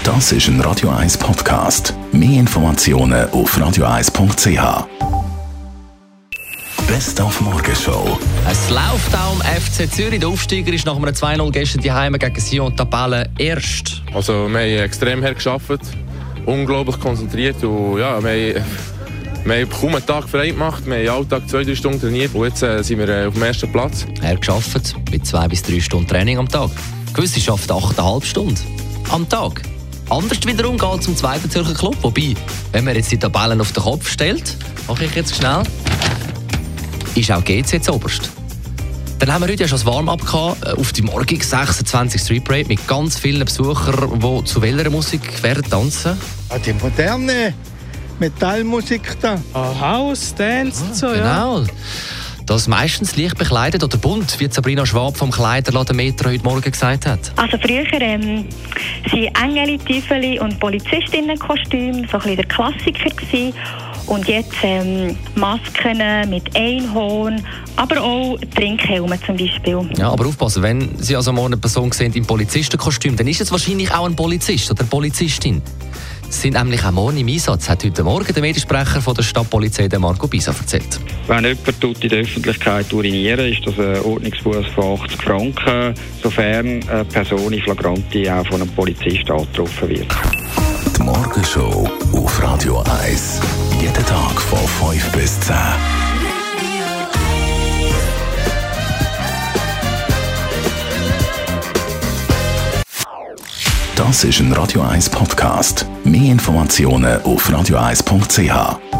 Das ist ein Radio 1 Podcast. Mehr Informationen auf radio1.ch. Best auf Morgenshow. Es läuft auch am FC Zürich. Der Aufsteiger ist nach einem 2-0 gestern die Heime gegen Sion Tabelle erst. Also, wir haben extrem hart gearbeitet, unglaublich konzentriert und ja, wir haben kaum einen Tag frei gemacht. Wir haben jeden Alltag 2-3 Stunden trainiert und jetzt sind wir auf dem ersten Platz. Er geschafft mit 2 bis 3 Stunden Training am Tag. Gewisse schaffen 8,5 Stunden am Tag. Anders wiederum geht es zum zweiten Zürcher Club. Wobei, wenn man jetzt die Tabellen auf den Kopf stellt, mache ich jetzt schnell, ist auch GC jetzt oberst. Dann haben wir heute ja schon das Warm-up gehabt, auf die morgige 26 Street Parade mit ganz vielen Besuchern, die zu welcher Musik werden tanzen? Die moderne Metallmusik da. House, Dance und so, Genau. Das meistens leicht bekleidet oder bunt, wie Sabrina Schwab vom Kleiderladen Metro heute Morgen gesagt hat. Also früher waren Engeli, Teufeli und Polizistinnen-Kostüme so ein bisschen der Klassiker gewesen. Und jetzt Masken mit Einhorn, aber auch Trinkhelme zum Beispiel. Ja, aber aufpassen, wenn Sie also mal eine Person sehen im Polizistenkostüm, dann ist es wahrscheinlich auch ein Polizist oder eine Polizistin. Sie sind nämlich auch morgen im Einsatz, hat heute Morgen der Mediensprecher von der Stadtpolizei, Marco Bisa, erzählt. Wenn jemand in der Öffentlichkeit urinieren, ist das ein Ordnungsbuß von 80 Franken, sofern eine Person in Flagranti auch von einem Polizisten angetroffen wird. Die Morgenshow auf Radio 1. Jeden Tag von 5 bis 10. Das ist ein Radio 1 Podcast. Mehr Informationen auf radio1.ch.